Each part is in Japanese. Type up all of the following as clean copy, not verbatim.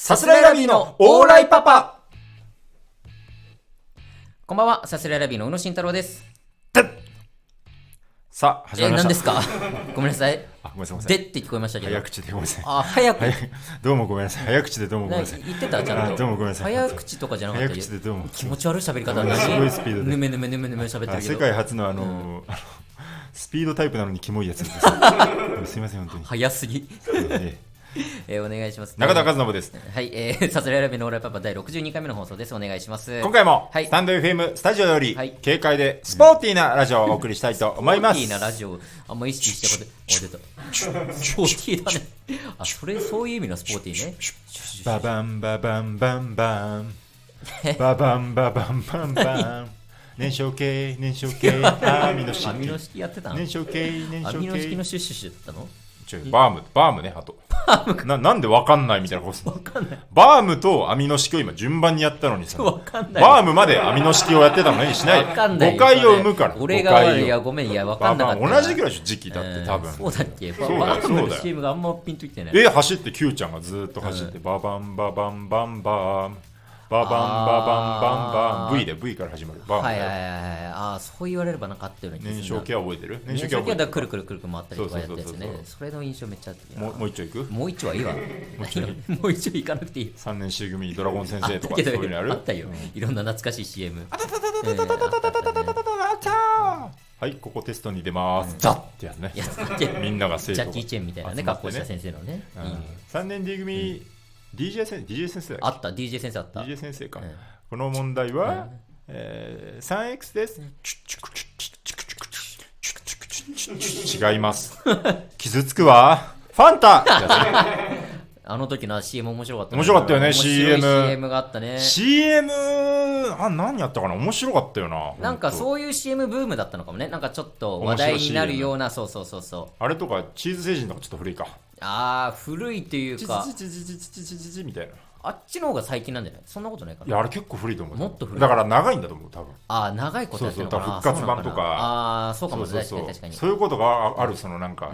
さすらいラビーのオーライパパ。 こんばんは、さすらいラビーの宇野慎太郎です。 さあ始まりました。 何ですかごめんなさい。 ごめんなさい。 でって聞こえましたけど。 早口でごめんなさい。 早く。 どうもごめんなさい。早口でどうもごめんなさい。 言ってたちゃんと。 どうもごめんなさい。 早口とかじゃなかった。 早口でどうも。 気持ち悪い喋り方だすごいスピードで。 ぬめ喋ってるけど。 世界初のスピードタイプなのにキモいやつです。すいません本当に。 早すぎ。お願いします。 中田和信です。 はい、さすらいラビーのオーライパパ第62回目の放送です。お願いします。 今回もはいスタンド FM スタジオよりはい軽快でスポーティーなラジオをお送りしたいと思います。 スポーティーなラジオあんま意識したこと出た。スポーティーだね。そういう意味のスポーティーね。 ババンババンバンバンババンババンバンバン燃焼系網の式やってたの？ 燃焼系網の式のシュッシュシュだったの？ バームね。あとなんでわかんないみたいなことするの？ わかんない。 バームと網の式を今順番にやったのにさ、 わかんない。 バームまで網の式をやってたのにしない。 わかんない。 誤解を生むから。 俺が悪い。いやごめん、いやわかんなかった。 同じぐらいでしょ時期だって多分。 そうだっけ？ そうだよ。 バームの CM があんまピンときてない。 走って Q ちゃんがずっと走ってババンババンバンバンババンババンバンバン V から始まる。バームだよ。 はい。そう言われればなんかあったような気がする。 燃焼系は覚えてる？ 燃焼系はくるくる回ったりとかやったやつね。それの印象めっちゃあった。 もう一丁いく？ もう一丁はいいわ。もう一丁いかなくていい。 3年 C 組ドラゴン先生とかそういうのある？ あったよ。いろんな懐かしい CM。 はい、ここテストに出ます。ザッってやるね。みんなが生徒ジャッキー・チェンみたいなね、格好した先生のね。 3年 D 組 DJ 先生あった、DJ 先生あった。 DJ 先生か。この問題は 3X です。違います。傷つくわ。ファンタ。 あの時の CM 面白かった。 面白かったよね。 CM があったね。 CM 何やったかな。面白かったよな。 なんかそういう CM ブームだったのかもね。なんかちょっと話題になるような。そうあれとかチーズ星人とかちょっと古いか。 古いというかみたいな。 あっちの方が最近なんじゃない？そんなことないかな。 いやあれ結構古いと思う。 もっと古い。 だから長いんだと思う多分。 長いことやってるのかな。 復活版とか。 そうかもしれない。確かに。 そういうことがある。そのなんか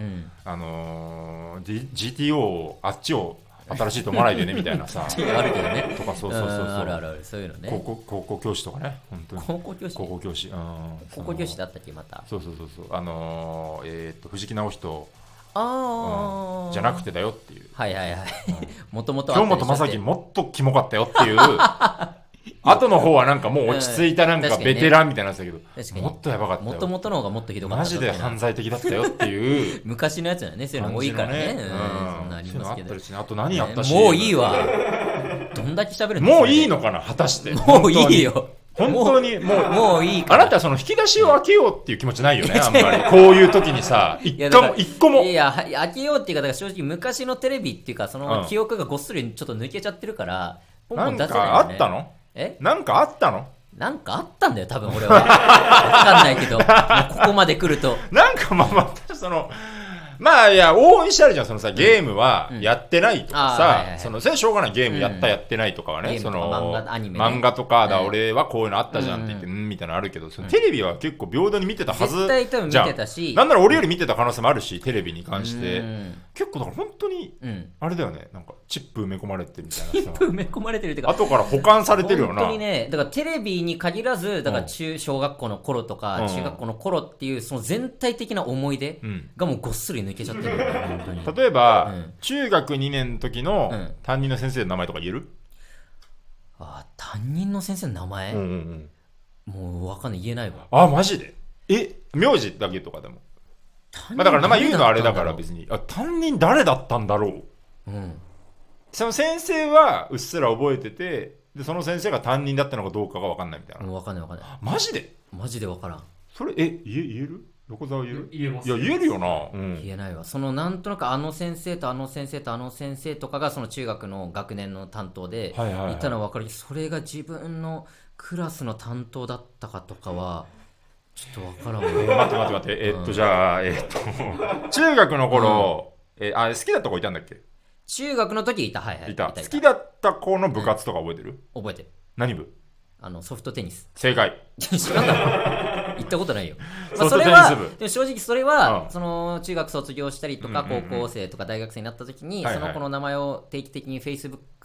GTO をあっちを新しいと思わないでねみたいなさあるけどね。 とかそうあるそういうのね。 高校教師とかね本当に。 高校教師高校教師だったっけまた。 そう藤木直人じゃなくてだよっていう。 はい。もともと京本政樹もっとキモかったよっていう。後の方はなんかもう落ち着いたなんかベテランみたいなやつだけど、もっとやばかったよ。 もともとの方がもっとひどかった。 マジで犯罪的だったよっていう昔のやつだね。そういうの多いからね。そんなありますけど。 あと何やったし。 もういいわ。どんだけ喋るの？ もういいのかな果たして。 もういいよ。 本当にもういいから。 あなたはその引き出しを開けようっていう気持ちないよね。あんまりこういう時にさ一個も。 いや開けようっていうか、だから正直昔のテレビっていうかその記憶がごっそりちょっと抜けちゃってるからポンポン出せないよね。 なんかあったの？なんかあったの？ なんかあったんだよ多分俺は。分かんないけど、もうここまで来るとなんかそのいや往々にしてあるじゃん。そのさゲームはやってないとかさ、それはしょうがない。ゲームやってないとかはね、その漫画とかだ俺はこういうのあったじゃんって言ってみたいなのあるけど、テレビは結構平等に見てたはず。 絶対多分見てたし、 なんなら俺より見てた可能性もあるし、テレビに関して結構だから本当にあれだよね。なんかチップ埋め込まれてるみたいなさ。 チップ埋め込まれてるっていうか後から保管されてるよな。 本当にね。だからテレビに限らず、だから小学校の頃とか中学校の頃っていうその全体的な思い出がもうごっそり抜けちゃってるよね。 例えば、中学2年の時の担任の先生の名前とか言える？ 担任の先生の名前？もう分かんない。言えないわ。マジで？名字だけとかでも。だから名前言うのはあれだから別に。担任誰だったんだろう。その先生はうっすら覚えてて、でその先生が担任だったのかどうかが分かんないみたいな。 分かんない。 マジで？ マジで分からん。 それ言える？横澤言える？ 言えます。 いや言えるよな。 言えないわ。そのなんとなくあの先生とあの先生とあの先生とかがその中学の学年の担当でいたのは分かるけど、それが自分のクラスの担当だったかとかはちょっと分からんわ。 待って。じゃあ中学の頃好きだった子いたんだっけ？ 中学の時いた。 いた。好きだった子の部活とか覚えてる？ 覚えてる。 何部？ ソフトテニス。 正解。 知らんだろ。行ったことないよ。 それはでも正直それはその中学卒業したりとか高校生とか大学生になった時にその子の名前を定期的に Facebook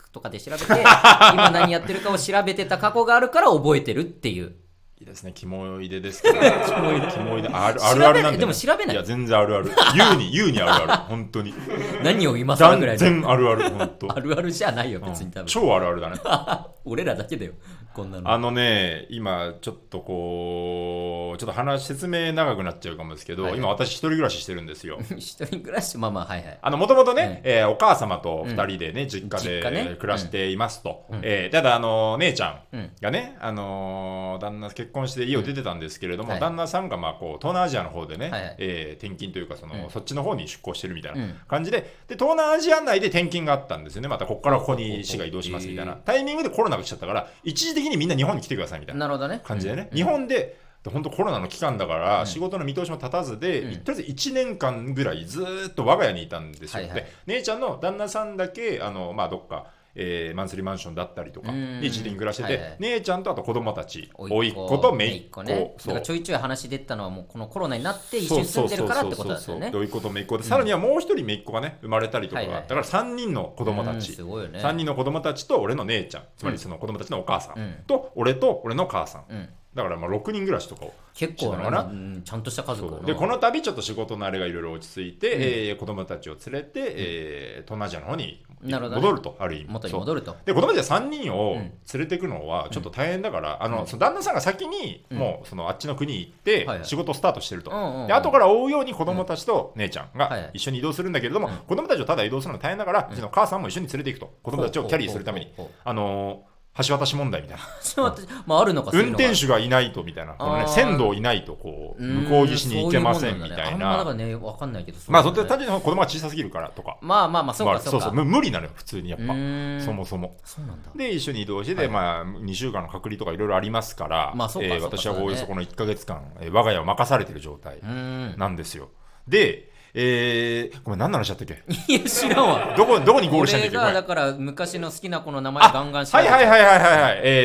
とかで調べて今何やってるかを調べてた過去があるから覚えてるっていう。 いいですね、キモいでですけど、ね、キモいであるあるなんで、ね、 でも調べない。 いや全然あるある。言うにあるある本当に。 何を今更ぐらい全然あるある本当。 あるあるじゃないよ別に多分。 超あるあるだね。 俺らだけだよこんなの。 今ちょっとちょっと説明長くなっちゃうかもですけど、はいはい、今私一人暮らししてるんですよ。 一人暮らし、まあまあはいはい。 もともとね、お母様と二人でね、実家で暮らしていますと。ただ姉ちゃんがね、旦那結婚して家を出てたんですけれども、旦那さんが東南アジアの方でね、転勤というかそっちの方に出向してるみたいな感じで、東南アジア内で転勤があったんですよね。またここからここに市が移動しますみたいなタイミングでコロナが来ちゃったから、一時的にみんな日本に来てくださいみたいな感じでね、日本で本当コロナの期間だから仕事の見通しも立たずで、とりあえず1年間ぐらいずっと我が家にいたんですよ。で姉ちゃんの旦那さんだけどっかマンスリーマンションだったりとかで一時に暮らしてて、姉ちゃんとあと子供たち、甥っ子と姪っ子ね。 だからちょいちょい話出たのはもうこのコロナになって一緒に住んでるからってことだよね。 甥っ子と姪っ子で、さらにはもう一人姪っ子がね生まれたりとか、だから3人の子供たち、3人の子供たちと俺の姉ちゃん、つまりその子供たちのお母さんと俺の母さん、だから6人暮らしとかを結構な、ちゃんとした家族で、この度ちょっと仕事のあれがいろいろ落ち着いて、子供たちを連れて、東南アジアの方に戻ると、ある意味元に戻ると。 で子供たち3人を連れていくのはちょっと大変だから、その旦那さんが先にもうあっちの国に行って仕事をスタートしてると。で後から追うように子供たちと姉ちゃんが一緒に移動するんだけれども、子供たちをただ移動するのが大変だから、うちの母さんも一緒に連れていくと。子供たちをキャリーするために橋渡し問題みたいなあるのか、 運転手がいないとみたいな、船頭いないと向こう岸に行けませんみたいな。 あんまね分かんないけど、 それ単純に子供が小さすぎるからとか、 まあそうかそうか、 無理なのよ普通にやっぱそもそも。 そうなんだ。 で一緒に移動して、2週間の隔離とかいろいろありますから、私はおおよそこの1ヶ月間我が家を任されてる状態なんですよ。でごめん、何の話だったっけ。 いや知らんわ。 どこにゴールしたんだっけ。 俺がだから昔の好きな子の名前ガンガンはい。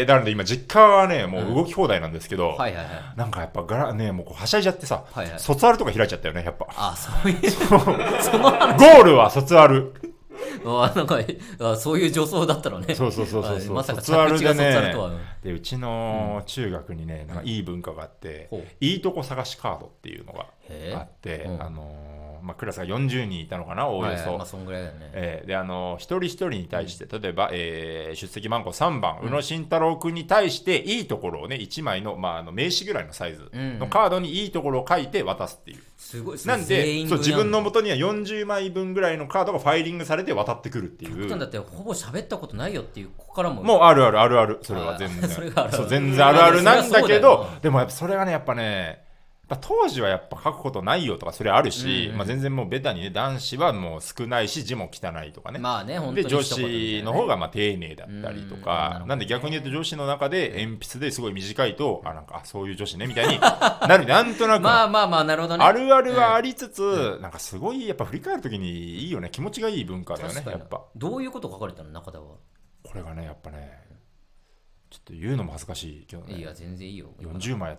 なので今実家はねもう動き放題なんですけど、なんかやっぱもうはしゃいじゃってさ、卒アルとか開いちゃったよねやっぱ。 そういうその話。 ゴールは卒アル。 なんかそういう女装だったのね。 そうまさか卒アルでね。でうちの中学にねなんかいい文化があって、いいとこ探しカードっていうのがあって、クラスが40人いたのかな、おおよそ。 そんぐらいだよね。 で一人一人に対して、例えば、出席番号3番、宇野慎太郎君に対していいところをね1枚の、名刺ぐらいのサイズのカードにいいところを書いて渡すっていう。 すごい。 なんで自分の元には40枚分ぐらいのカードがファイリングされて渡ってくるっていう。 だってほぼ喋ったことないよっていう子からも。 もうあるそれは全然。全然あるあるなんだけど、でもやっぱそれがねやっぱね。当時はやっぱ書くことないよとかそれあるし、全然もうベタにね男子はもう少ないし字も汚いとかね。で女子の方が丁寧だったりとか、なんで逆に言うと女子の中で鉛筆ですごい短いとなんかそういう女子ねみたいになる。なんとなくなるほどね。 あるあるはありつつ、なんかすごいやっぱ振り返るときにいいよね。気持ちがいい文化だよねやっぱ。 どういうこと書かれたの中田は。 これがねやっぱねちょっと言うのも恥ずかしいけどね。 いや全然いいよ。 40枚やって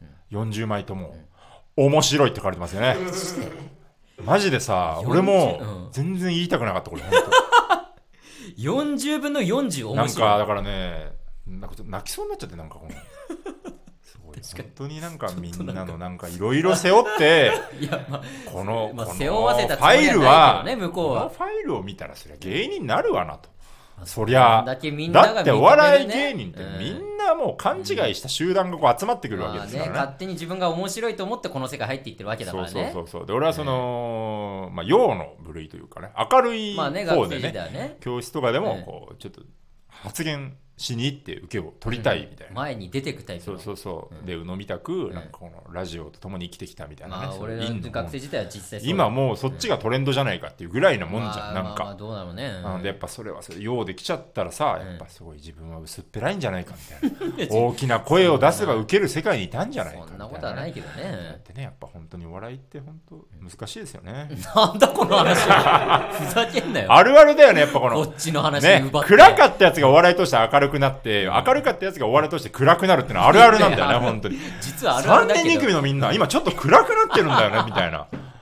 、40枚とも面白いって書かれてますよね。マジでさ、俺も全然言いたくなかったこれ本当。40分の40面白い。 なんかだからね、泣きそうになっちゃって、なんかこのすごい本当になんかみんなのなんかいろいろ背負ってこの背負わせたファイルは向こうはこのファイルを見たらそりゃ芸人になるわなと。そりゃだってお笑い芸人ってみんなもう勘違いした集団が集まってくるわけですからね。 勝手に自分が面白いと思ってこの世界入っていってるわけだからね。 そうで俺はその陽の部類というかね、明るい方でね教室とかでもこうちょっと発言しに行って受けを取りたいみたいな、 前に出てくタイプの。 そうで飲みたくなんかこのラジオと共に生きてきたみたいなね。 俺の学生時代は実際そう。 今もうそっちがトレンドじゃないかっていうぐらいなもんじゃん。なんかどうだろうね。 でやっぱそれは陽できちゃったらさ、やっぱすごい自分は薄っぺらいんじゃないかみたいな大きな声を出せば受ける世界にいたんじゃないかみたいな。 そんなことはないけどね。 だってねやっぱ本当にお笑いって本当難しいですよね。 なんだこの話ふざけんなよ。 あるあるだよねやっぱこっちの話ね、暗かったやつがお笑いとして明るくなって明るかったやつがお笑いとして暗くなるってのはあるあるなんだよね本当に。 実はあるあるだけど 3年2組のみんな今ちょっと暗くなってるんだよねみたいな。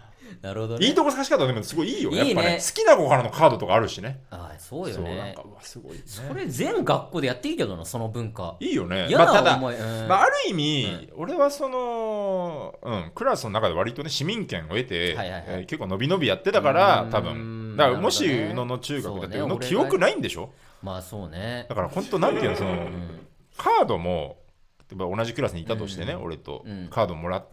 なるほどね。 いいとこ探し方でもすごいいいよ。 いいね、 やっぱね、好きな子からのカードとかあるしね。 ああ、そうよね。 そう、なんかうわすごいね。 それ全学校でやっていいけどな、その文化。 いいよね。 嫌なただ、 思い、 ある意味、俺はその、クラスの中で割とね、市民権を得て、結構伸び伸びやってたから、多分。だからもし宇野の中学だって宇野記憶ないんでしょ。 まあそうね。 だから本当なんていうの、その、カードも、例えば同じクラスにいたとしてね、俺とカードもらって、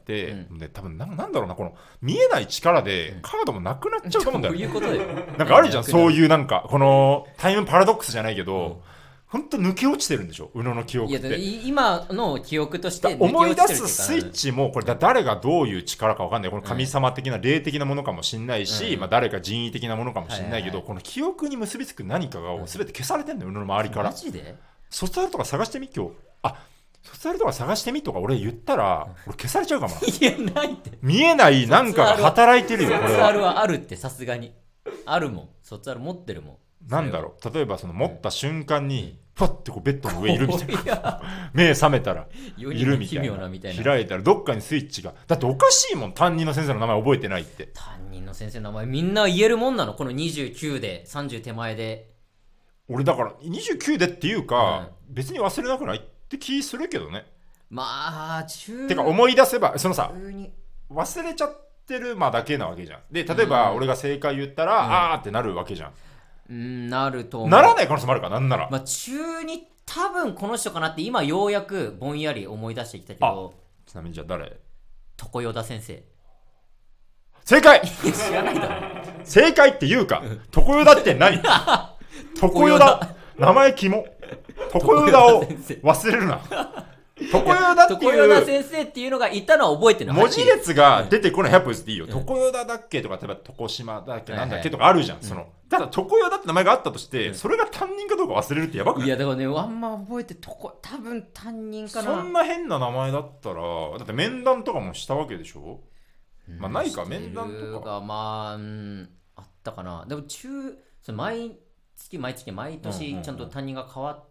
で多分なんだろうな、この見えない力でカードもなくなっちゃうと思うんだよね。 どういうことよ。 なんかあるじゃん、そういうなんかこのタイムパラドックスじゃないけど、本当抜け落ちてるんでしょ、宇野の記憶って。 いや今の記憶として思い出すスイッチもこれ誰がどういう力か分かんない、この神様的な霊的なものかもしれないし、まあ誰か人為的なものかもしれないけど、この記憶に結びつく何かが全て消されてんのよ、宇野の周りから。 マジで？ 卒アルとか探してみ、今日。卒アルとか探してみとか俺言ったら俺消されちゃうかもな。 いや、ないって。 見えないなんかが働いてるよ、これは。 卒アルはあるって、さすがにあるもん。卒アル持ってるもん。 なんだろう、例えばその持った瞬間にパッてこうベッドの上いるみたいな、目覚めたらいるみたいな、開いたらどっかにスイッチが。だっておかしいもん、担任の先生の名前覚えてないって。 担任の先生の名前みんな言えるもんなの、この29で30手前で。 俺だから29でっていうか、別に忘れなくないって気するけどね。 まあてか思い出せばそのさ、忘れちゃってるだけなわけじゃん。で例えば俺が正解言ったら、あーってなるわけじゃん。 なると思う。 ならない可能性もあるか、なんなら。 中に多分この人かなって今ようやくぼんやり思い出してきたけど。 ちなみにじゃあ誰？ 常世田先生。 正解。 知らないだろ。 正解っていうか、常世田って何？常世田、名前キモ。常世田を忘れるな。常世田っていう常世田先生っていうのがいたのは覚えてるの。 文字列が出てこない100歩っていいよ。常世田だっけとか、例えば常島だっけなんだっけとかあるじゃん。そのただ常世田って名前があったとして、それが担任かどうか忘れるってやばくない？ いやだからね、あんま覚えて多分担任かな。 そんな変な名前だったら、だって面談とかもしたわけでしょ。ないか、面談とかあったかな。でも毎年ちゃんと担任が変わって、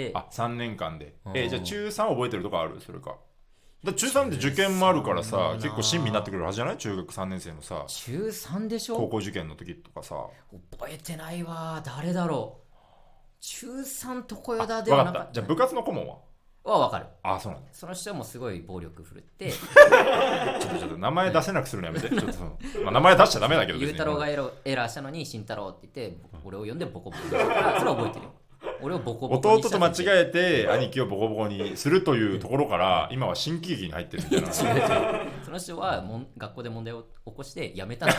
3年間で。じゃあ中3覚えてるとかある？それか。中3って受験もあるからさ、結構親身になってくるはずじゃない？中学3年生のさ。 中3でしょ？ 高校受験の時とかさ。 覚えてないわ。誰だろう。中3常世田ではなかった。 じゃあ部活の顧問は分かる。 そうなんだ。 その人もすごい暴力振るってちょっと名前出せなくするのやめて。ちょっと名前出しちゃダメだけど。 ゆうたろうがエラーしたのに慎太郎って言って俺を呼んでボコボコにしたから、それは覚えてるよ。俺をボコボコにした。 弟と間違えて兄貴をボコボコにするというところから今は新喜劇に入ってるみたいな。 その人は学校で問題を起こして辞めたんだ。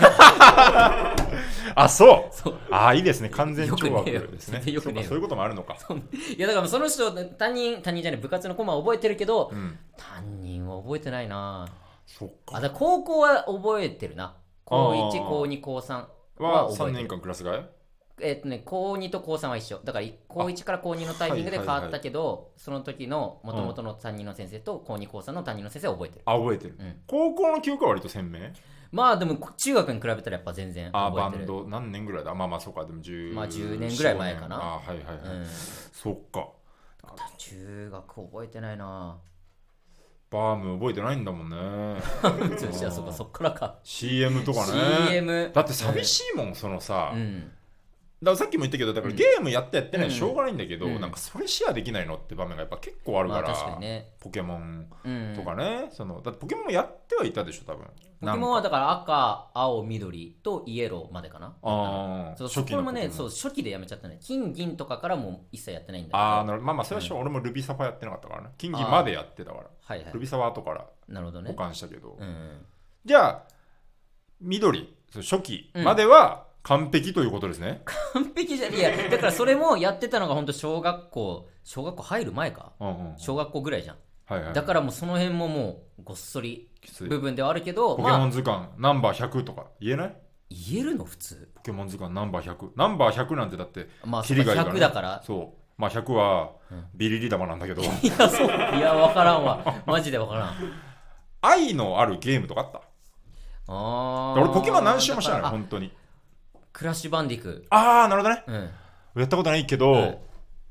そういいですね、完全懲悪ですね。そういうこともあるのか。 いやだからその人担任じゃない、部活のコマは覚えてるけど、担任は覚えてないな。 そっか。 だ高校は覚えてるな。高1高2高3 は3年間クラス替え。 高2と高3は一緒だから、高1から高2のタイミングで変わったけど、その時の元々の担任の先生と高2高3の担任の先生は覚えてる。 覚えてる。高校の記憶は割と鮮明。 でも中学に比べたらやっぱ全然覚えてる。 バンド何年ぐらいだ。そうか、でも 10年ぐらい前かな。 そっか。 中学覚えてないな。 バーム覚えてないんだもんね。 そっからか。 CM とかね。 CM だって寂しいもん、そのさ、だからさっきも言ったけど、だからゲームやってないしょうがないんだけど、なんかそれシェアできないのって場面がやっぱ結構あるから、ポケモンとかね、だってポケモンやってはいたでしょ多分。 ポケモンはだから赤青緑とイエローまでかな。そこもね、初期でやめちゃったね。金銀とかからも一切やってないんだけど。 それは俺もルビサファやってなかったからね。金銀までやってたから、ルビサファ後から保管したけど、じゃあ緑初期までは完璧ということですね。 完璧じゃいや、だからそれもやってたのが本当小学校入る前か、小学校ぐらいじゃん。だからもうその辺ももうごっそり部分ではあるけど、 ポケモン図鑑ナンバー100とか言えない？ 言えるの普通。 ポケモン図鑑ナンバー100なんてだってキリがいいから、ね、100だから。 そう100はビリリ玉なんだけど、いや分からんわ、マジで分からん。 愛のあるゲームとかあった？俺ポケモン何周もしたのよ本当に。 クラッシュバンディク。 なるほどね、やったことないけど、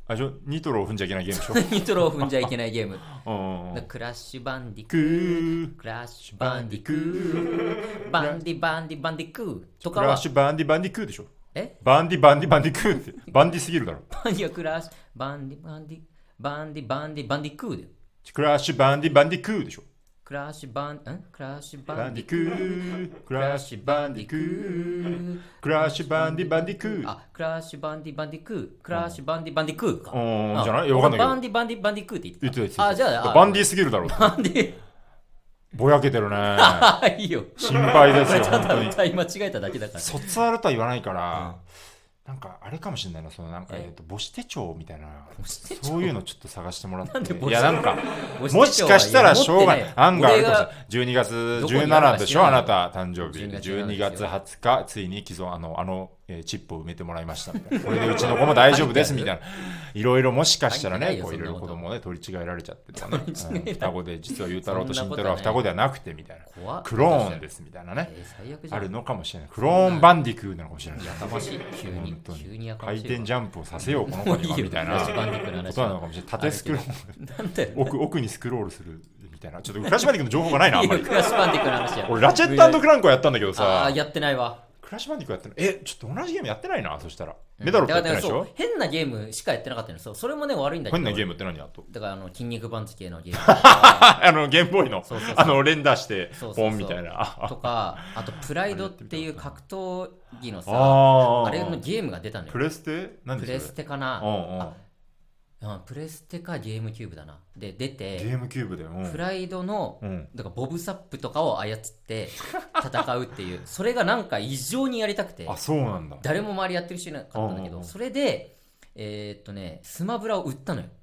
ニトロを踏んじゃいけないゲームでしょニトロを踏んじゃいけないゲームうんクラッシュバンディクークラッシュバンディクーバンディバンディバンディクーとかはクラッシュバンディバンディクーでしょえバンディバンディバンディクーってバンディすぎるだろバンディはクラッシュバンディバンディバンディバンディバンディクーでクラッシュバンディバンディクーでしょクラッシュバンクラッシュバンディバンディクークラッシュバンディクークラッシュバンディバンディクークラッシュバンディバンディクークラッシュバンディバンディクーかじゃないわかんないけどバンディバンディバンディクーって言ってたじゃあバンディすぎるだろバンディぼやけてるねいいよ心配ですよただ本当に歌い間違えただけだから卒アルとは言わないから、なんかあれかもしれないななんか母子手帳みたいなそういうのちょっと探してもらっていやなんかもしかしたらしょうがない案があるかもしれない12月17でしょあなた誕生日12月20日ついに既存チップを埋めてもらいましたみたいなこれでうちの子も大丈夫ですみたいないろいろもしかしたらねいろいろ子供ね取り違えられちゃってとかね双子で実はゆうたろうと慎太郎は双子ではなくてみたいなクローンですみたいなねあるのかもしれないクローンバンディクーなのかもしれないやかましい急に回転ジャンプをさせようこの子にはみたいなことなのかもしれない縦スクロール奥にスクロールするみたいなちょっとクラッシュバンディクの情報がないなあんまりクラッシュバンディクの話や俺ラチェット&クランクはやったんだけどさやってないわクラッシュバンディクやってないちょっと同じゲームやってないなそしたらメダロってやってないでしょ変なゲームしかやってなかったのそれもね悪いんだけど変なゲームって何やとだから筋肉番付のゲームゲームボーイの連打してポンみたいなとかあとプライドっていう格闘技のさあれのゲームが出たのよプレステ何プレステかなプレステかゲームキューブだなで出てゲームキューブでプライドのだからボブサップとかを操って戦うっていうそれがなんか異常にやりたくてそうなんだ誰も周りやってる人いなかったんだけどそれでスマブラを売ったのよ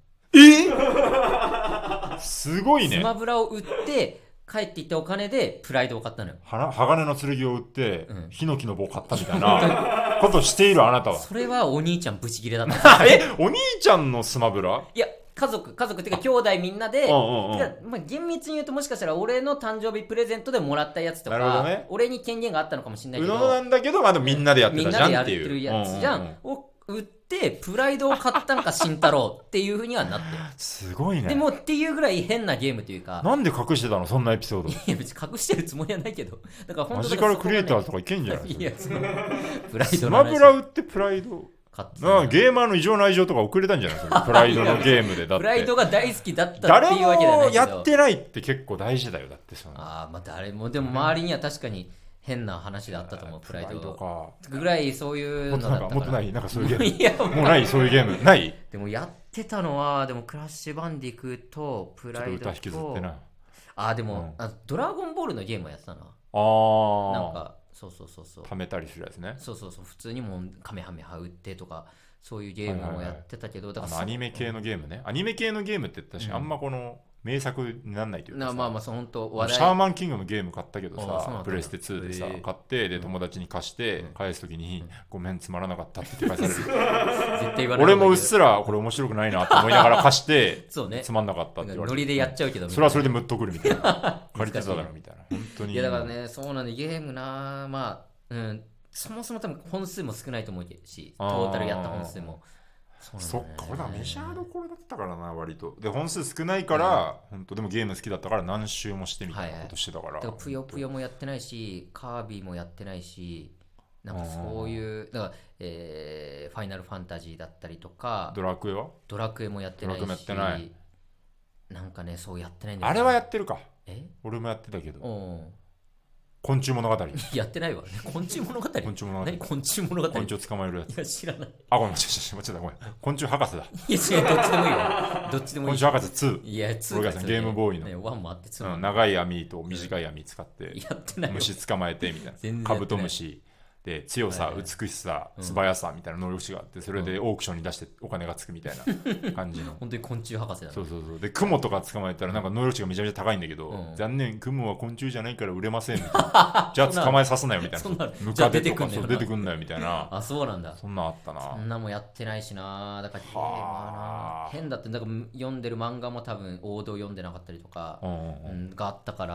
すごいねスマブラを売って帰っていったお金でプライドを買ったのよ鋼の剣を売って、ヒノキの棒を買ったみたいなことをしているあなたはそれはお兄ちゃんブチギレだったお兄ちゃんのスマブラいや家族っていうか兄弟みんなで厳密に言うともしかしたら俺の誕生日プレゼントでもらったやつとか、俺に権限があったのかもしれないけどなんだけどまだみんなでやってたじゃんっていうみんなでやってるやつじゃんを売ってプライドを買ったんか慎太郎っていう風にはなってすごいねでもっていうぐらい変なゲームというかなんで隠してたのそんなエピソードいや別に隠してるつもりはないけどだから本当マジカルクリエイターとかいけんじゃないいやプライドスマブラ売ってプライドゲーマーの異常な愛情とか送れたんじゃないですかプライドのゲームでだってプライドが大好きだったっていうわけじゃないけど誰もやってないって結構大事だよだって誰もでも周りには確かに変な話であったと思うプライドかぐらいそういうのだったからもっとないなんかそういうゲームもうないそういうゲームないでもやってたのはでもクラッシュバンディクとプライドと歌引きずってなでも、ドラゴンボールのゲームをやってたななんかそう貯めたりするやつねそう普通にもカメハメハ打ってとかそういうゲームをやってたけど、 だからアニメ系のゲームねアニメ系のゲームって確かあんまこの名作にならないというか本当話題シャーマンキングのゲーム買ったけどさプレステ2でさ買ってで友達に貸して返すときにごめんつまらなかったって言って返される絶対言わない俺もうっすらこれ面白くないなって思いながら貸してつまんなかったって言われてノリでやっちゃうけどそれはそれでムッとくるみたいな借りてただろみたいな本当にいやだからねそうなんでゲームなそもそも多分本数も少ないと思うしトータルやった本数もそっか俺がメジャーどころだったからな割とで本数少ないから本当でもゲーム好きだったから何周もしてみたいなことしてたからだからぷよぷよもやってないしカービィもやってないしなんかそういうだからファイナルファンタジーだったりとかドラクエもやってないしなんかねそうやってないんだあれはやってるか俺もやってたけど昆虫物語やってないわ昆虫物語何昆虫物語昆虫捕まえるやついや知らないごめん間違えたごめん昆虫博士だいや違うどっちでもいいわどっちでもいい昆虫博士2 いや2 俺がゲームボーイの 1もあって2 長い網と短い網使ってやってない虫捕まえてみたいなカブトムシで強さ、美しさ、素早さみたいな能力値があってそれでオークションに出してお金がつくみたいな感じの本当に昆虫博士だねそうでクモとか捕まえたらなんか能力値がめちゃめちゃ高いんだけど、残念クモは昆虫じゃないから売れませんみたいなじゃあ捕まえさすなよみたいなムカデとか出てくんなよみたいなそうなんだそんなんあったなそんなもやってないしなだからゲームはな変だってだから読んでる漫画も多分王道読んでなかったりとか、があったから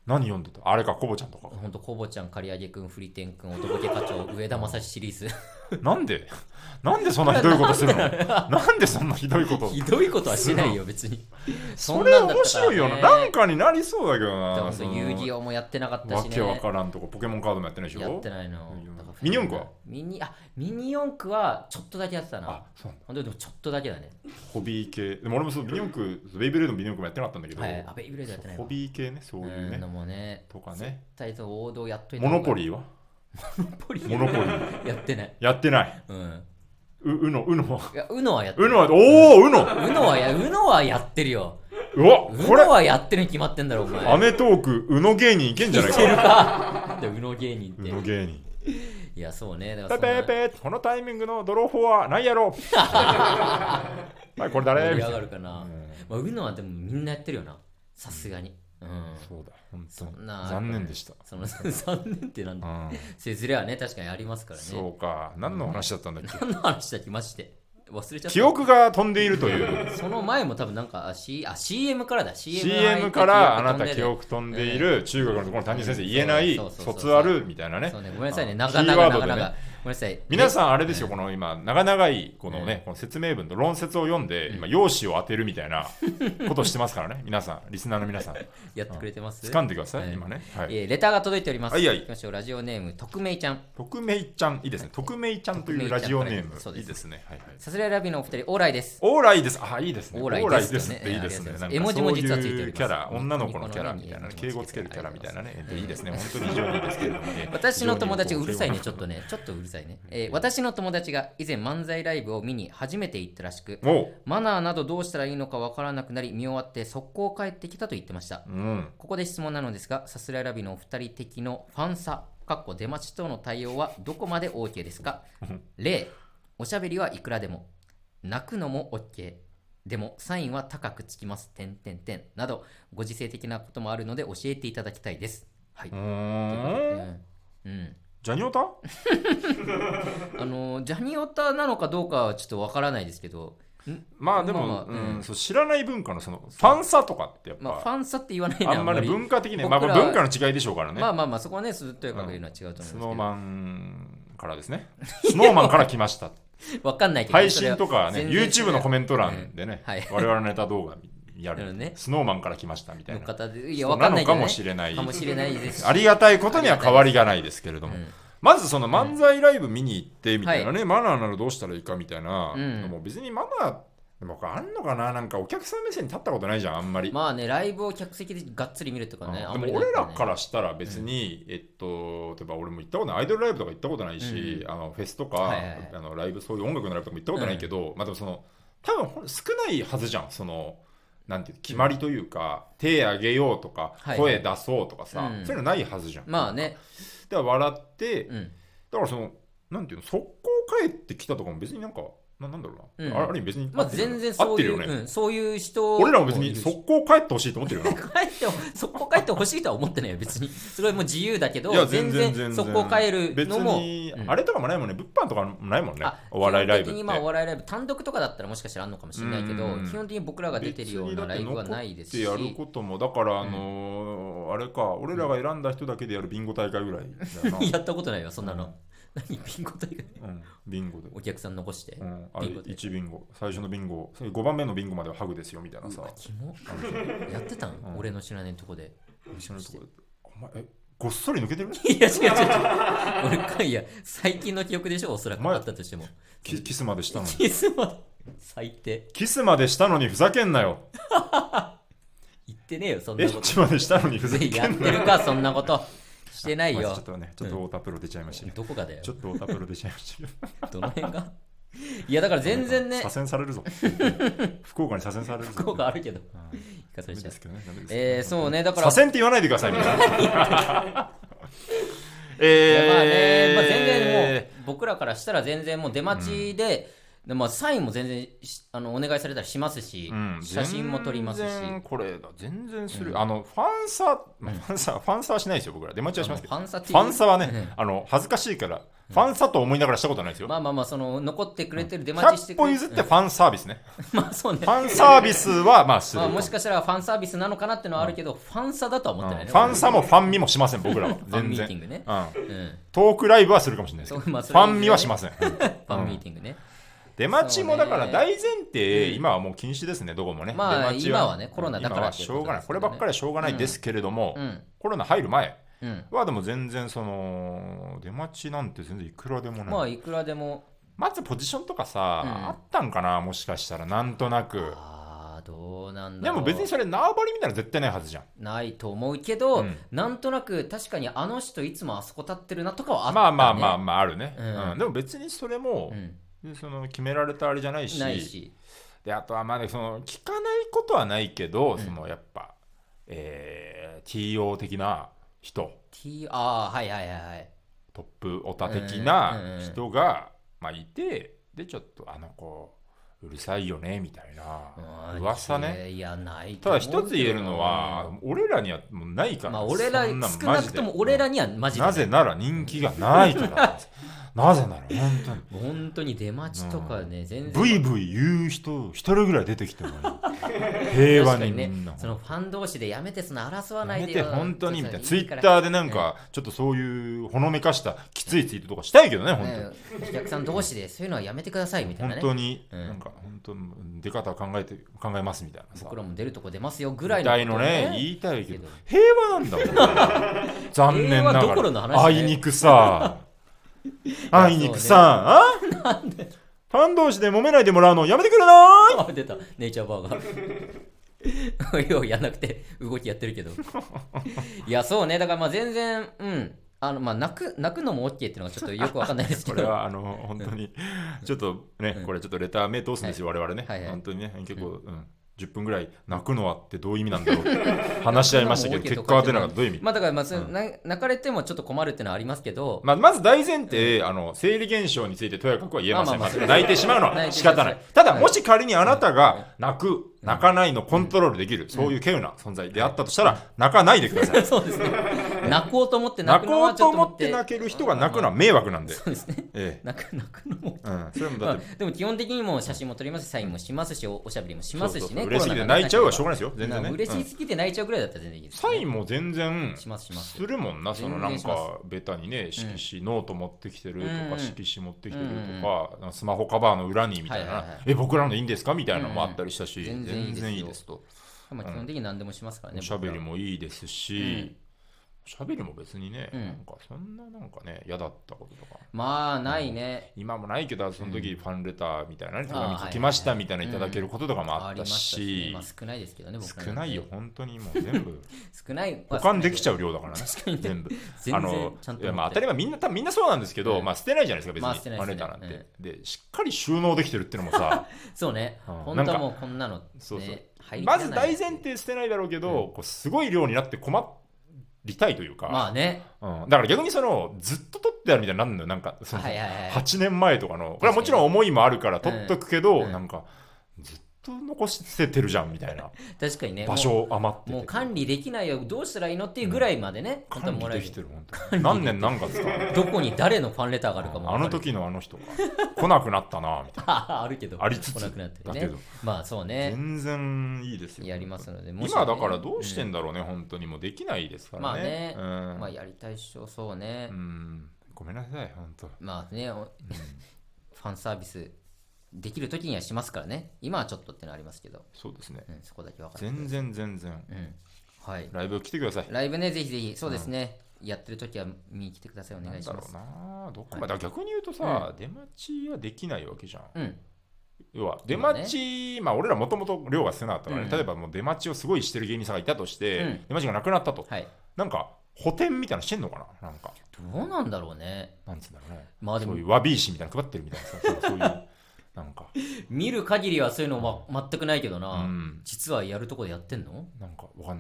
何読んでた？あれか、コボちゃんとか。 ほんとコボちゃん、刈り上げくん、フリテンくん、おとぼけ課長、上田正史シリーズ。 なんでそんなひどいことするの？なんでそんなひどいことひどいことはしないよ別に。 それ面白いよな。なんかになりそうだけどな。 遊戯王もやってなかったしね。 わけわからんとこ。ポケモンカードもやってないでしょ。 やってないの。 ミニ四駆はミニ四駆はちょっとだけやってたな。 あ、そう。 本当にでもちょっとだけだね。 ホビー系。でも俺もミニ四駆、ベイブレードのミニ四駆もやってなかったんだけど。 はい、ベイブレードやってないわ。 ホビー系ね、そういうね。 のもね。 とかね。 絶対王道やっといた。 モノポリーは？ モノポリーやってない。 やってない。 うん。 うのいや、うのはやってる。 うのは、おお、うのはやってるよ。 うわ、 これはやってるに決まってんだろお前。 アメトークうの芸人いけんじゃないか。 いけるか。うの芸人って。 うの芸人。 いや、そうね。 ペペペこのタイミングのドローフォは何やろ。はい、これ誰？ 盛り上がるかな。まあ、うのはでもみんなやってるよな。さすがに。うん、 そうだ、本当そんな残念でした。 残念ってなんだ。せずれはね、確かにありますからね。 そうか、何の話だったんだっけ。 何の話だっけ、マジで。忘れちゃった。 記憶が飛んでいるという。 その前も多分なんか、CM からだ。 CM からあなた記憶飛んでいる、中学のところの担任先生言えない卒アルみたいなね。 そうね、ごめんなさいね、長々。ごめんなさい。 皆さんあれですよ、この今長いこのね、この説明文と論説を読んで今用紙を当てるみたいなことをしてますからね。皆さん、リスナーの皆さんやってくれてます。 掴んでください今ね。 レターが届いております。 はいはい。 行きましょう。ラジオネーム匿名ちゃん。 匿名ちゃんいいですね。匿名ちゃんというラジオネームいいですね。はいはい。 さすらいラビのお二人オーライです。 オーライです。あ、いいですね。 オーライですっていいですね。 絵文字も実はついております。 キャラ、女の子のキャラみたいな、敬語つけるキャラみたいなね。いいですね。本当に非常にいいですけれどもね。 私の友達うるさいね、ちょっとうるさいね。私の友達が以前漫才ライブを見に初めて行ったらしく、マナーなどどうしたらいいのかわからなくなり見終わって速攻帰ってきたと言ってました。ここで質問なのですが、さすらいラビのお二人的のファンサ出待ち等の対応はどこまで OK ですか？例、おしゃべりはいくらでも、泣くのも OK、でもサインは高くつきますなどご時世的なこともあるので教えていただきたいです。はい。 ジャニオタジャニオタなのかどうかはちょっとわからないですけど、 まあでも、そう知らない文化のそのファンサとかってやっぱ、 ファンサって言わないな、 あんまり文化的に、まあ文化の違いでしょうからね。 まあそこはね、すっというか言うのは違うと思うんですけど、 スノーマンからですね。スノーマンから来ましたわかんないけど、 配信とかね、YouTube のコメント欄でね、我々のネタ動画やる、スノーマンから来ましたみたいな方で、いやわかんないけど、ね、 かもしれないです。 ありがたいことには変わりがないですけれども、まずその漫才ライブ見に行ってみたいなね、マナーならどうしたらいいかみたいなのも別にマナーでもあんのかな。なんかお客さん目線に立ったことないじゃん、あんまり。 まあね、ライブを客席でがっつり見るとかね。 でも俺らからしたら別に、例えば俺も行ったことない、アイドルライブとか行ったことないし、フェスとか、ライブ、そういう音楽のライブとかも行ったことないけど、まあでもその多分少ないはずじゃん、そのなんていう決まりというか、手あげようとか、声出そうとかさ、そういうのないはずじゃん。 まあね。 で笑って、だからそのなんていうの、速攻帰ってきたとかも別になんか。なんだろうな、ある意味別に全然そういう、そういう人、 俺らも別に速攻帰ってほしいと思ってるよな。 速攻帰ってほしいとは思ってないよ別に。それはもう自由だけど、全然速攻帰るのも別にあれとかもないもんね。物販とかもないもんね。お笑いライブって。 基本的にお笑いライブ単独とかだったらもしかしたらあるのかもしれないけど、基本的に僕らが出てるようなライブはないですし。 やることもだからあれか、俺らが選んだ人だけでやるビンゴ大会ぐらいだよな。 やったことないよそんなの。何ビンゴ大会？ ビンゴでお客さん残して、 1ビンゴ、最初のビンゴ、5番目のビンゴまではハグですよみたいなさ。 キモやってたん？俺の知らないとこで。 お前ごっそり抜けてる？ いや違う俺か、いや最近の記憶でしょ、おそらくあったとしても。 キスまでしたのに。 最低。 キスまでしたのにふざけんなよ。 言ってねえよそんなこと。 エッチまでしたのにふざけんなよ。 やってるかそんなこと。してないよ。 ちょっと太田プロ出ちゃいましたけど。 どこがだよ。 ちょっと太田プロ出ちゃいましたけど。どの辺が？いやだから全然ね。 左遷されるぞ。福岡に左遷されるぞ。 福岡あるけど。 ダメですけどね。 そうね、だから。 左遷って言わないでくださいみたいな。 まあね、全然もう僕らからしたら全然もう出待ちで。 でまあ、サインも全然お願いされたらしますし、写真も撮りますし、 これ全然する、ファンサはしないですよ僕ら。出待ちはしますけど、ファンサはね、恥ずかしいからファンサと思いながらしたことないですよ。 まあその残ってくれてる出待ちしてくれて100歩譲ってファンサービスね。 まあそうね。 ファンサービスはまあする。 もしかしたらファンサービスなのかなってのはあるけど、ファンサだとは思ってないね。 ファンサもファンミもしません僕らは。 ファンミーティングね。 トークライブはするかもしれないですけど、ファンミはしません。ファンミーティングね。 出待ちもだから大前提、今はもう禁止ですね、どこもね。 まあ今はね、コロナだからしょうがない。こればっかりはしょうがないですけれども、コロナ入る前はでも全然その出待ちなんて全然いくらでもね。 まあいくらでも。 まずポジションとかさ、あったんかな、もしかしたらなんとなく。 どうなんだろう。 でも別にそれ縄張りみたいなの絶対ないはずじゃん。 ないと思うけど、なんとなく確かにあの人いつもあそこ立ってるなとかはあったね。まああるね。でも別にそれも、その決められたあれじゃないし、であとはまだその聞かないことはないけど、そのやっぱ、TO 的な人、 はいトップオタ的な人が、まあ、いて、でちょっと子うるさいよねみたいな噂ね。 いやないただ一つ言えるのは、俺らにはもうないから。 まあ俺ら少なくとも俺らにはマジでなぜなら人気がないから。なぜなら本当に出待ちとかね、全然ブイブイ言う人一人ぐらい出てきても平和にみんな、 そのファン同士でやめてその争わないでよ、 やめて本当にみたいな。ツイッターでなんかちょっとそういうほのめかしたきついツイートとかしたいけどね、本当にお客さん同士でそういうのはやめてくださいみたいなね。 本当になんか本当出方を考えますみたいなさ、 僕らも出るとこ出ますよぐらいのね言いたいけど、平和なんだもん残念ながら。あいにくさあいにくさなんでファン同士で揉めないでもらうのやめてくれない出たネイチャーバーガーようやんなくて動きやってるけどいやそうね、だからまあ全然まあ泣くのも OK っていうのがちょっとよくわかんないですけどこれは本当にちょっとね、これちょっとレター目通すんですよ、我々ね、本当にね結構10分ぐらい泣くのはってどういう意味なんだろうって話し合いましたけど結果は出なかった。どういう意味。 まあだから泣かれてもちょっと困るっていうのはありますけど、 まず大前提生理現象についてとやかくは言えません。泣いてしまうのは仕方ない。ただもし仮にあなたが泣かないのコントロールできる、そういう稀有な存在であったとしたら泣かないでください。 そうですね。泣こうと思って泣くのはちょっと泣こうと思って泣ける人が泣くのは迷惑なんで。 そうですね。泣くのも。 それもだって。 でも基本的にも写真も撮りますし、サインもしますし、おしゃべりもしますしね。 嬉しすぎて泣いちゃうはしょうがないですよ。全然ね。 嬉しすぎて泣いちゃうぐらいだったら全然いいです。 サインも全然しますするもんな。そのなんかベタにね、色紙ノート持ってきてるとか、色紙持ってきてるとか、スマホカバーの裏にみたいな、僕らのいいんですかみたいなのもあったりしたし、全然いいですと。 基本的に何でもしますからね。 おしゃべりもいいですし、おしゃべりも別にね、なんかそんななんかね嫌だったこととかまあないね。 今もないけど、その時ファンレターみたいな手紙書きましたみたいないただけることとかもあったし、 少ないですけどね。 少ないよ本当にもう全部少ない保管できちゃう量だからね。全部当たり前みんなそうなんですけど、捨てないじゃないですか別にファンレターなんて。でしっかり収納できてるっていうのもさそうね、本当はもうこんなのまず大前提捨てないだろうけど、すごい量になって困りたいというか、 まあね、 だから逆にそのずっと取ってあるみたいになるのよ。なんかその8年前とかの、これはもちろん思いもあるから取っとくけど、なんかずっと残しててるじゃんみたいな。 確かにね、 場所余っててもう管理できないよ、どうしたらいいのっていうぐらいまでね、 管理できてる。本当に何年何月かどこに誰のファンレターがあるかも、 あの時のあの人が来なくなったなみたいなあるけどありつつ来なくなってるね。 だけどまあそうね、 全然いいですよ。 やりますので、 今だからどうしてんだろうね、本当にもうできないですからね。 まあやりたいっしょ。そうね、 ごめんなさい本当。 まあね、ファンサービスできる時にはしますからね。今はちょっとってのありますけど。 そうですね、 そこだけ分かって全然、 はい、 ライブ来てください。 ライブね、ぜひぜひ。そうですね、やってる時は見に来てください。お願いします。 なんだろうな、どこまで、逆に言うとさ、出待ちはできないわけじゃん。要は出待ち、俺らもともと量が少なかったからね、例えばもう出待ちをすごいしてる芸人さんがいたとして、出待ちがなくなったと、なんか補填みたいなのしてんのかな。なんかどうなんだろうね。 なんつうんだろうね、 まあでもそういうわび石みたいなの配ってるみたいなさ、そういうなんか見る限りはそういうのは全くないけどな、実はやるとこでやってんの？ なんかわかんないけど、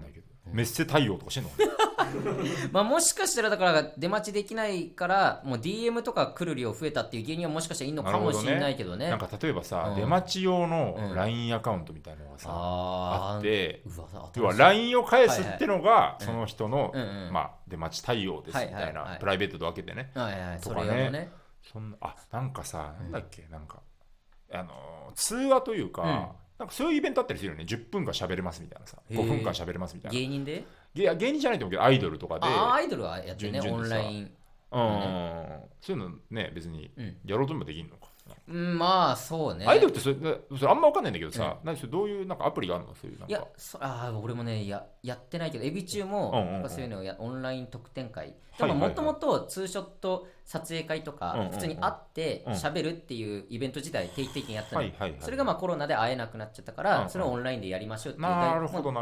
メッセ対応とかしてんのまあもしかしたらだから出待ちできないからもう DM とか来る量増えたっていう芸人はもしかしたらいいのかもしれないけどね。 なんか例えばさ、出待ち用の LINE アカウントみたいなのがさ、あって、要は LINE を返すってのがその人の、まあ出待ち対応ですみたいな、プライベートで分けてね、とかね、なんかさ、なんだっけ、なんか通話というか、なんかそういうイベントあったりするよね。10分間喋れますみたいなさ、5分間喋れますみたいな。 芸人で？ 芸人じゃないと思うけど、アイドルとかで。 アイドルはやってね、オンライン。 そういうのね、別にやろうともできるのか。 まあそうね。 アイドルってそれあんま分かんないんだけどさ、何それどういうなんかアプリがあるの？そういうなんか。 いや、俺もねやってないけど、エビ中もそういうのをオンライン特典会。でももともとツーショット撮影会とか普通に会って喋るっていうイベント自体定期的にやったの。それがまあコロナで会えなくなっちゃったから、それをオンラインでやりましょうっていう、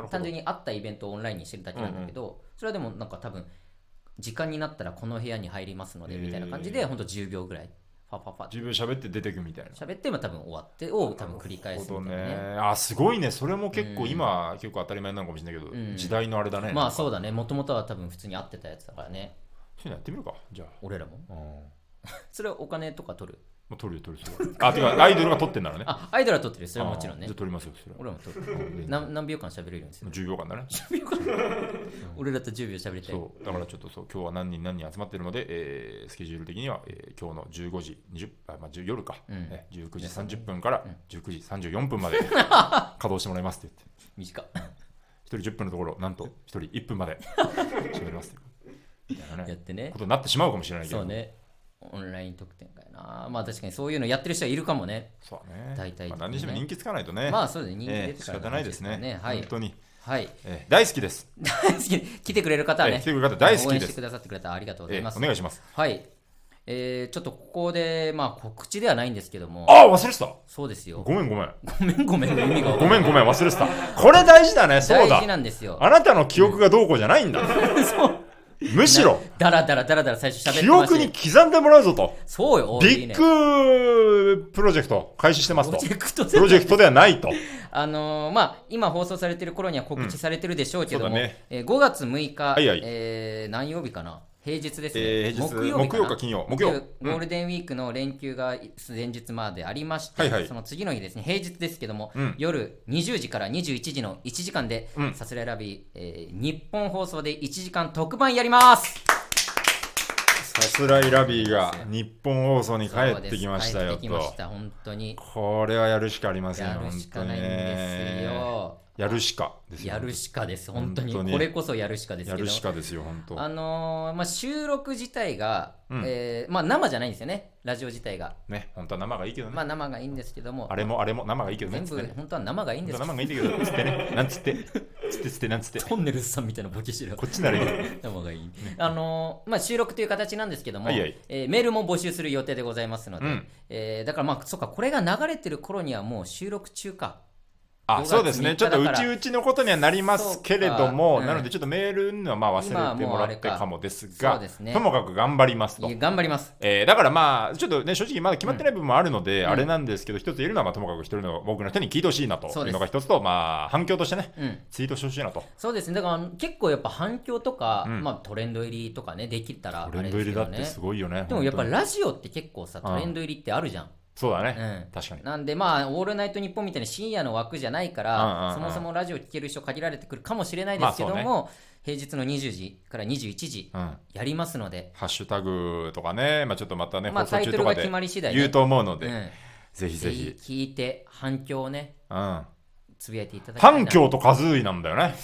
単純に会ったイベントをオンラインにしてるだけなんだけど、それはでもなんか多分時間になったらこの部屋に入りますのでみたいな感じで、ほんと10秒ぐらい自分喋って出てくみたいな。 喋っても多分終わってを多分繰り返すみたいなね。 すごいね。それも結構今、結構当たり前なのかもしれないけど、時代のあれだね。 まあそうだね。もともとは多分普通に会ってたやつだからね。 そういうのやってみるか、じゃあ。 俺らも。それはお金とか取る？ 取るてかアイドルが取ってんならね。 アイドルは取ってる。それはもちろんね。 じゃあ取りますよ。それ俺も取る。何秒間喋れるんですよ。 10秒間だね。 10秒間。俺らと10秒喋りたい。 そう、だからちょっと今日は何人集まってるので、スケジュール的には、今日の15時20、夜か、19時30分から19時34分まで稼働してもらいますって言って。 短っ。 1人10分のところ、なんと1人1分まで喋りますみたいなね。 やってね。 ことになってしまうかもしれないけど。 そうね。オンライン特典会な。まあ確かにそういうのやってる人はいるかもね。 そうね。 大体、 何にしても人気つかないとね。 まあそうですね。人気出てから、 仕方ないですね。本当に。 はい。 大好きです。 大好き。来てくれる方はね。 来てくれる方大好きです。応援してくださってくれたらありがとうございます。 お願いします。 はい。ちょっとここで、まあ告知ではないんですけども。 忘れてた。 そうですよ。 ごめん。 ごめんの意味が。 ごめん、忘れてた。これ大事だね。そうだ。 大事なんですよ。 あなたの記憶がどうこうじゃないんだ。そう。むしろだらだら最初喋ってました。 記憶に刻んでもらうぞと。 そうよ。 ビッグプロジェクト開始してますと。プロジェクトではないと。 まあ今放送されてる頃には告知されてるでしょうけども、5月6日、何曜日かな。平日ですね。木曜か金曜。ゴールデンウィークの連休が前日までありまして、その次の日ですね、平日ですけども、夜20時から21時の1時間で、さすらいラビー、日本放送で1時間特番やります。 さすらいラビーが日本放送に帰ってきましたよと。 帰ってきました、本当に。 これはやるしかありませんよ。 やるしかないんですよ。 やるしかですよ。 やるしかです。本当にこれこそやるしかですけど。 やるしかですよ本当。 まあ収録自体が、まあ生じゃないんですよね。ラジオ自体が。 ね、本当は生がいいけどね。 まあ生がいいんですけども。 あれも生がいいけどね。 全部本当は生がいいんです。 生がいいんだけどつってね。なんつってなんつって。 トンネルズさんみたいなボケしてる。 こっちならいい。 生がいい。まあ収録という形なんですけども、メールも募集する予定でございますので、だからまあそっか、これが流れてる頃にはもう収録中か。 そうですね。ちょっとうちのことにはなりますけれども、なのでちょっとメールはまあ忘れてもらってかもですが、ともかく頑張りますと。 頑張ります。 だからまあちょっとね、正直まだ決まってない部分もあるので、あれなんですけど、一つ言えるのはともかく一人の僕の人に聞いてほしいなというのが一つと、まあ反響としてね、ツイートしてほしいなと。 そうですね。だから結構やっぱ反響とか、まあトレンド入りとかね、できたらあれですけどね。トレンド入りだってすごいよね。でもやっぱラジオって結構さ、トレンド入りってあるじゃん。 そうだね、確かに。 なんでまあオールナイトニッポンみたいな深夜の枠じゃないから、そもそもラジオ聞ける人限られてくるかもしれないですけども、平日の20時から21時やりますので、 ハッシュタグとかね、ちょっとまたね、放送中とかで言うと思うので、ぜひぜひ聞いて反響をね、つぶやいていただきたいな。反響と数いなんだよね。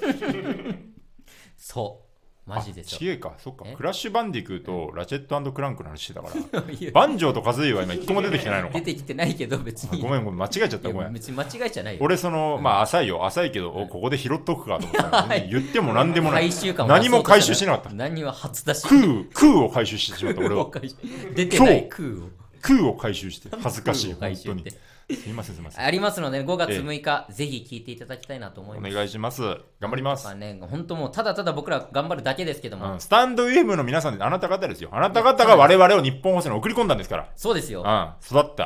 そうマジでしょ。違えか、そっか。クラッシュバンディクーとラチェット&クランクの話してたから。バンジョーとカズイは今一個も出てきてないのか。 出てきてないけど別に。 ごめん間違えちゃった。ごめん。 別に間違えちゃないよ。 俺まあ浅いけど、ここで拾っとくかと思ったら、言っても何でもない。 何も回収しなかった。 何は初出し。 空を回収してしまった俺は。 出てない空を回収して恥ずかしい本当に。すみませんありますので、5月6日、ぜひ聞いていただきたいなと思います。 お願いします。頑張ります。 本当もうただただ僕ら頑張るだけですけども、 スタンド FM の皆さんで、あなた方ですよ。あなた方が我々を日本放送に送り込んだんですから。 そうですよ。 育った。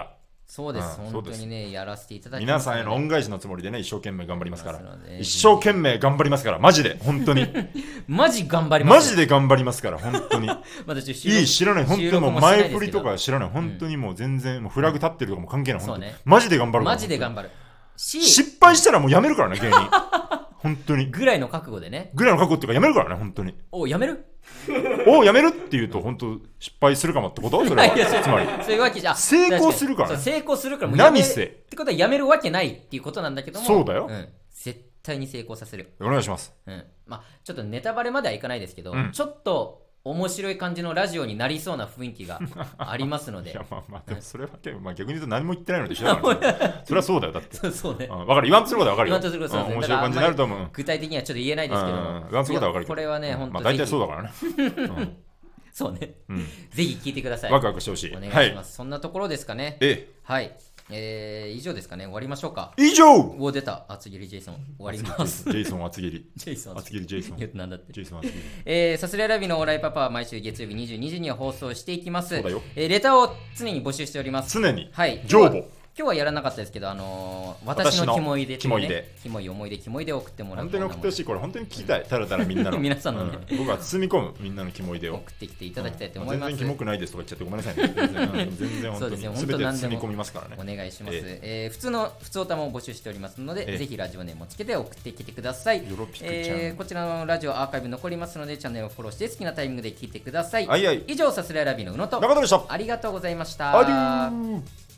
そうです、本当にねやらせていただきます、 皆さんへの恩返しのつもりでね一生懸命頑張りますから、一生懸命頑張りますから、マジで本当にマジ頑張ります、 マジで頑張りますから本当にいい知らない、本当にもう前振りとか知らない、本当にもう全然もうフラグ立ってるとかも関係ない、本当にマジで頑張るから、 マジで頑張るし、 失敗したらもうやめるからね芸人本当にぐらいの覚悟でね、 ぐらいの覚悟っていうかやめるからね本当に。 やめるやめるって言うと本当失敗するかもってこと？それはつまりそういうわけじゃ成功するから、 成功するからもう何せってことはやめるわけないっていうことなんだけども、 そうだよ、 絶対に成功させる。 お願いします。 まあちょっとネタバレまではいかないですけど、ちょっと面白い感じのラジオになりそうな雰囲気がありますので。 いやまあでもそれは、逆に言うと何も言ってないので一緒だからねそれはそうだよ、だってそうね、 分かる、言わんとすることは分かるよ、 面白い感じになると思う。 具体的にはちょっと言えないですけども、 言わんとすることは分かるけど、 これはね本当大体そうだからねそうね、ぜひ聞いてください。 ワクワクしてほしい。 お願いします。そんなところですかね。はい。以上ですかね。終わりましょうか。 以上。 出た。厚切りジェイソン。終わります。 ジェイソン厚切り。 ジェイソン厚切りジェイソン。 なんだって。 ジェイソン厚切り。 さすらいラビのオーライパパは毎週月曜日22時には放送していきます。 そうだよ。 レターを常に募集しております。 常に。 はい。 上募。 今日はやらなかったですけど、私のキモいで、キモい思い出、キモいで送ってもらう。 本当に送ってほしい。これ本当に聞きたい。ただみんなの。 皆さんのね、 僕は包み込むみんなのキモいでを送ってきていただきたいと思います。 全然キモくないですとか言っちゃってごめんなさいね。全然本当に全て包み込みますからね。 お願いします。普通の普通歌も募集しておりますので、ぜひラジオネームをつけて送ってきてください。こちらのラジオアーカイブ残りますので、チャンネルをフォローして好きなタイミングで聞いてください。以上、さすらいラビの宇野と中田でした。 ありがとうございました。 アデュー。